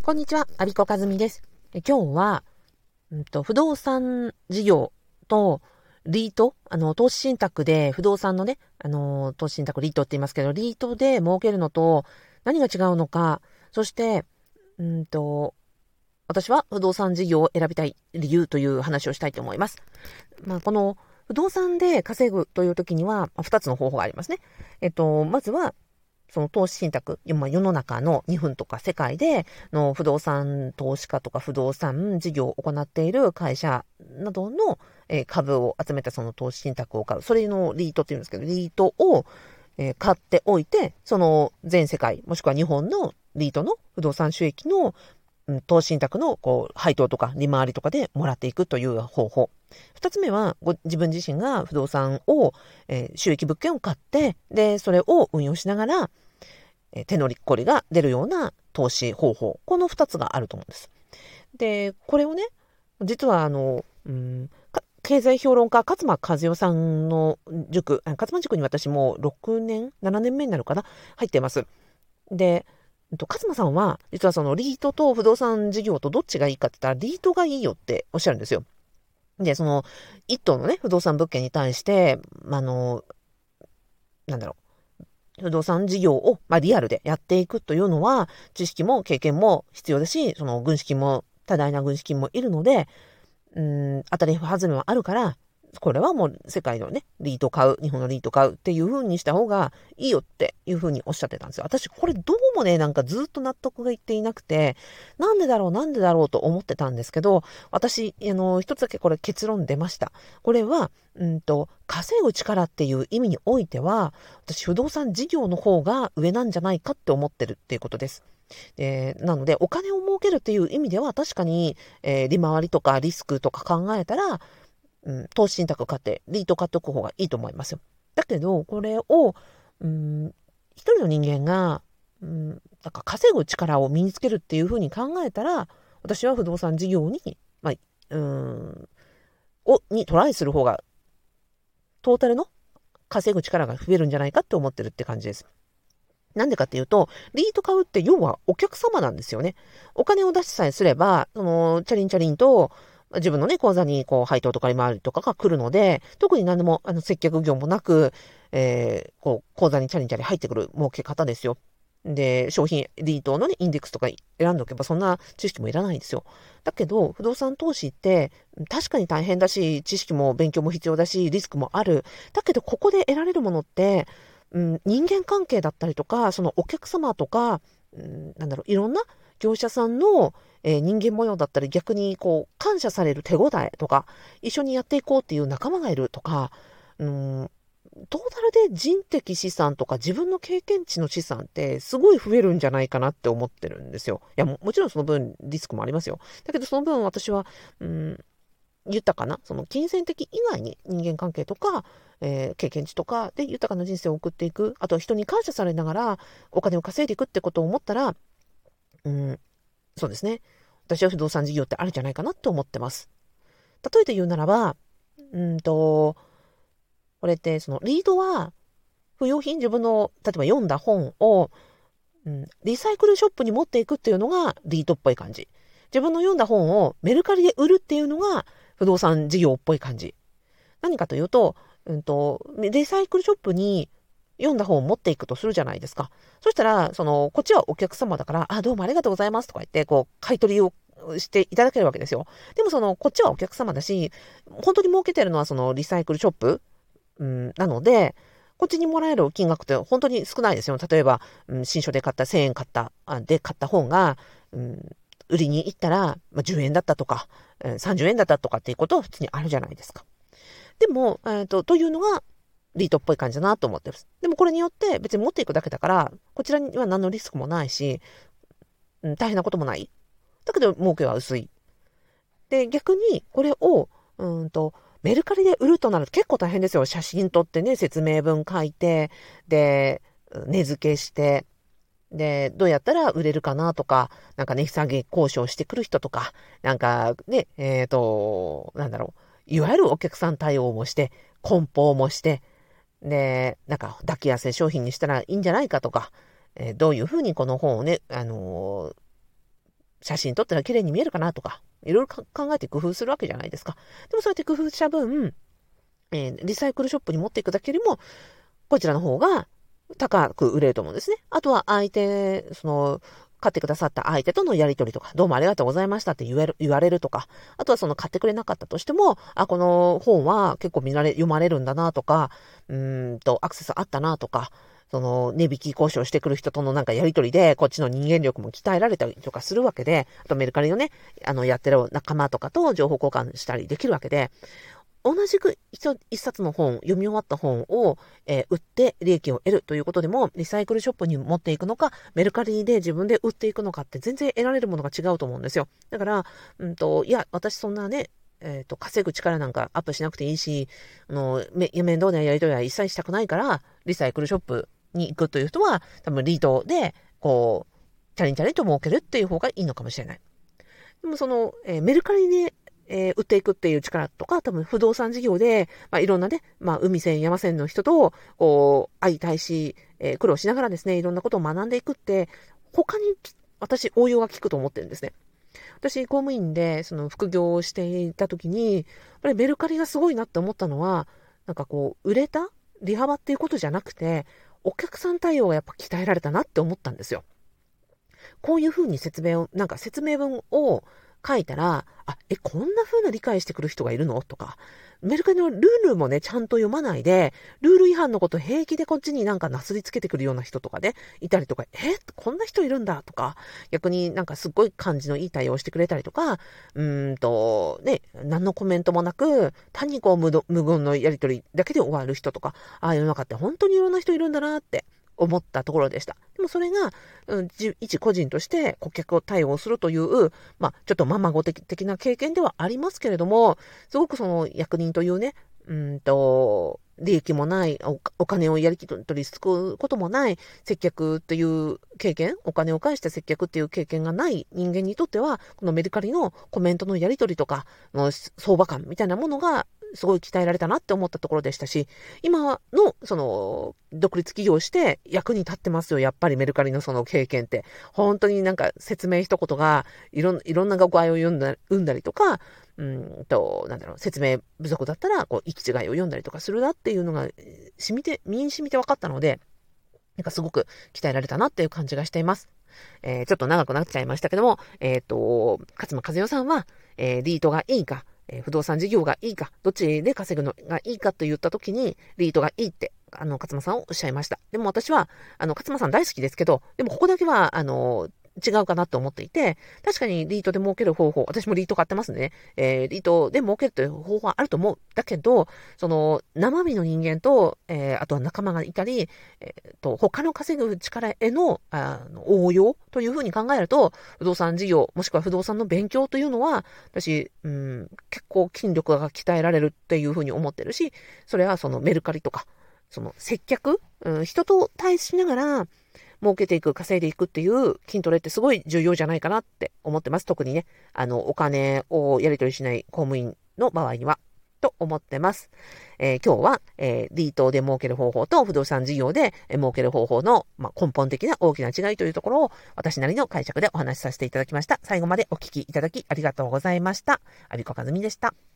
こんにちは、アビコカズミです。今日は、不動産事業とリート、投資信託で不動産のね、投資信託リートって言いますけど、リートで儲けるのと何が違うのか、そして、私は不動産事業を選びたい理由という話をしたいと思います。この不動産で稼ぐという時には、2つの方法がありますね。まずは、その投資信託、世の中の日本とか世界での不動産投資家とか不動産事業を行っている会社などの株を集めたその投資信託を買う。それのリートって言うんですけど、リートを買っておいて、その全世界、もしくは日本のリートの不動産収益の投資信託の配当とか利回りとかでもらっていくという方法。二つ目は、自分自身が不動産を、収益物件を買って、で、それを運用しながら、手乗りこりが出るような投資方法。この二つがあると思うんです。で、これをね、実は経済評論家、勝間和代さんの塾、勝間塾に私も6年、7年目になるかな、入っています。で、勝間さんは、実はそのリートと不動産事業とどっちがいいかって言ったら、リートがいいよっておっしゃるんですよ。で、その、一棟のね、不動産物件に対して、不動産事業を、リアルでやっていくというのは、知識も経験も必要だし、その軍資金も、多大な軍資金もいるので、当たり外れもあるから、これはもう世界のね、リート買う、日本のリート買うっていう風にした方がいいよっていう風におっしゃってたんですよ。私、これどうもね、ずっと納得がいっていなくて、なんでだろうと思ってたんですけど、私、一つだけこれ結論出ました。これは、稼ぐ力っていう意味においては、私、不動産事業の方が上なんじゃないかって思ってるっていうことです。なので、お金を儲けるっていう意味では、確かに、利回りとかリスクとか考えたら、投資信託買って、リート買っておく方がいいと思いますよ。だけど、これを、一人の人間が、稼ぐ力を身につけるっていうふうに考えたら、私は不動産事業に、にトライする方が、トータルの稼ぐ力が増えるんじゃないかって思ってるって感じです。なんでかっていうと、リート買うって要はお客様なんですよね。お金を出しさえすれば、チャリンチャリンと、自分のね、口座に配当とか利回りとかが来るので、特に何でも、接客業もなく、口座にチャリンチャリン入ってくる儲け方ですよ。で、商品、リートのね、インデックスとか選んでおけば、そんな知識もいらないんですよ。だけど、不動産投資って、確かに大変だし、知識も勉強も必要だし、リスクもある。だけど、ここで得られるものって、人間関係だったりとか、そのお客様とか、いろんな業者さんの、人間模様だったり、逆に感謝される手応えとか、一緒にやっていこうっていう仲間がいるとか、トータルで人的資産とか自分の経験値の資産ってすごい増えるんじゃないかなって思ってるんですよ。いや、もちろんその分リスクもありますよ。だけどその分私は、豊かな、その金銭的以外に人間関係とか、経験値とかで豊かな人生を送っていく、あと人に感謝されながらお金を稼いでいくってことを思ったら、そうですね。私は不動産事業ってあるんじゃないかなって思ってます。例えて言うならば、これってそのリードは不用品、自分の例えば読んだ本を、リサイクルショップに持っていくっていうのがリートっぽい感じ。自分の読んだ本をメルカリで売るっていうのが不動産事業っぽい感じ。何かというと、リサイクルショップに読んだ本を持っていくとするじゃないですか。そしたら、こっちはお客様だから、どうもありがとうございますとか言って、買い取りをしていただけるわけですよ。でもこっちはお客様だし、本当に儲けてるのはそのリサイクルショップ、なので、こっちにもらえる金額って本当に少ないですよ。例えば、新書で買った1000円で買った本が、売りに行ったら、10円だったとか、30円だったとかっていうことは普通にあるじゃないですか。でも、というのが、リートっぽい感じだなと思ってます。でもこれによって別に持っていくだけだから、こちらには何のリスクもないし、大変なこともない。だけど儲けは薄い。で、逆にこれを、メルカリで売るとなると結構大変ですよ。写真撮ってね、説明文書いて、で、値付けして、で、どうやったら売れるかなとか、値下げ交渉してくる人とか、いわゆるお客さん対応もして、梱包もして、で、抱き合わせ商品にしたらいいんじゃないかとか、どういうふうにこの本をね、 写真撮ったら綺麗に見えるかなとか、いろいろ考えて工夫するわけじゃないですか。でもそうやって工夫した分、リサイクルショップに持っていくだけよりも、こちらの方が高く売れると思うんですね。あとは買ってくださった相手とのやりとりとか、どうもありがとうございましたって言われるとか、あとは買ってくれなかったとしても、この本は結構読まれるんだなとか、アクセスあったなとか、値引き交渉してくる人とのやりとりで、こっちの人間力も鍛えられたりとかするわけで、あとメルカリのね、やってる仲間とかと情報交換したりできるわけで、同じく一冊の本、読み終わった本を、売って利益を得るということでも、リサイクルショップに持っていくのか、メルカリで自分で売っていくのかって全然得られるものが違うと思うんですよ。だから、いや、私そんなね、稼ぐ力なんかアップしなくていいし、面倒なやり取りは一切したくないから、リサイクルショップに行くという人は、多分リートで、チャリンチャリンと儲けるっていう方がいいのかもしれない。でもメルカリで、売っていくっていう力とか、多分不動産事業で、いろんなね、海線、山線の人と、相対し、苦労しながらですね、いろんなことを学んでいくって、他に私、応用が効くと思ってるんですね。私、公務員で、副業をしていた時に、やっぱりメルカリがすごいなって思ったのは、売れた利幅っていうことじゃなくて、お客さん対応がやっぱ鍛えられたなって思ったんですよ。こういうふうに説明文を書いたら、こんな風な理解してくる人がいるのとか、メルカリのルールもね、ちゃんと読まないで、ルール違反のこと平気でこっちになすりつけてくるような人とかで、いたりとか、こんな人いるんだとか、逆にすっごい感じのいい対応してくれたりとか、何のコメントもなく、単に無言のやり取りだけで終わる人とか、世の中って本当にいろんな人いるんだなって思ったところでした。でもそれが、一個人として顧客を対応するという、ちょっとままご的な経験ではありますけれども、すごく役人というね、利益もない、お金をやり取りすることもない接客という経験、お金を返して接客っていう経験がない人間にとっては、このメルカリのコメントのやり取りとかの相場感みたいなものがすごい鍛えられたなって思ったところでしたし、今の独立起業して役に立ってますよ。やっぱりメルカリの経験って。本当に説明一言がいろんな誤解を生んだりとか、説明不足だったら、行き違いを読んだりとかするなっていうのが、身に染みて分かったので、すごく鍛えられたなっていう感じがしています。ちょっと長くなっちゃいましたけども、勝間和代さんは、リートがいいか、不動産事業がいいか、どっちで稼ぐのがいいかと言ったときに、リートがいいって、勝間さんおっしゃいました。でも私は、勝間さん大好きですけど、でもここだけは、違うかなと思っていて、確かにリートで儲ける方法、私もリート買ってますね。リートで儲けるという方法はあると思う。だけど、生身の人間と、あとは仲間がいたり、他の稼ぐ力への、応用というふうに考えると、不動産事業、もしくは不動産の勉強というのは、私、結構筋力が鍛えられるっていうふうに思ってるし、それはメルカリとか、接客、人と対しながら、儲けていく、稼いでいくっていう筋トレってすごい重要じゃないかなって思ってます。特にね、お金をやり取りしない公務員の場合には、と思ってます。今日は、リートで儲ける方法と不動産事業で儲ける方法の、根本的な大きな違いというところを私なりの解釈でお話しさせていただきました。最後までお聞きいただきありがとうございました。アビコカズミでした。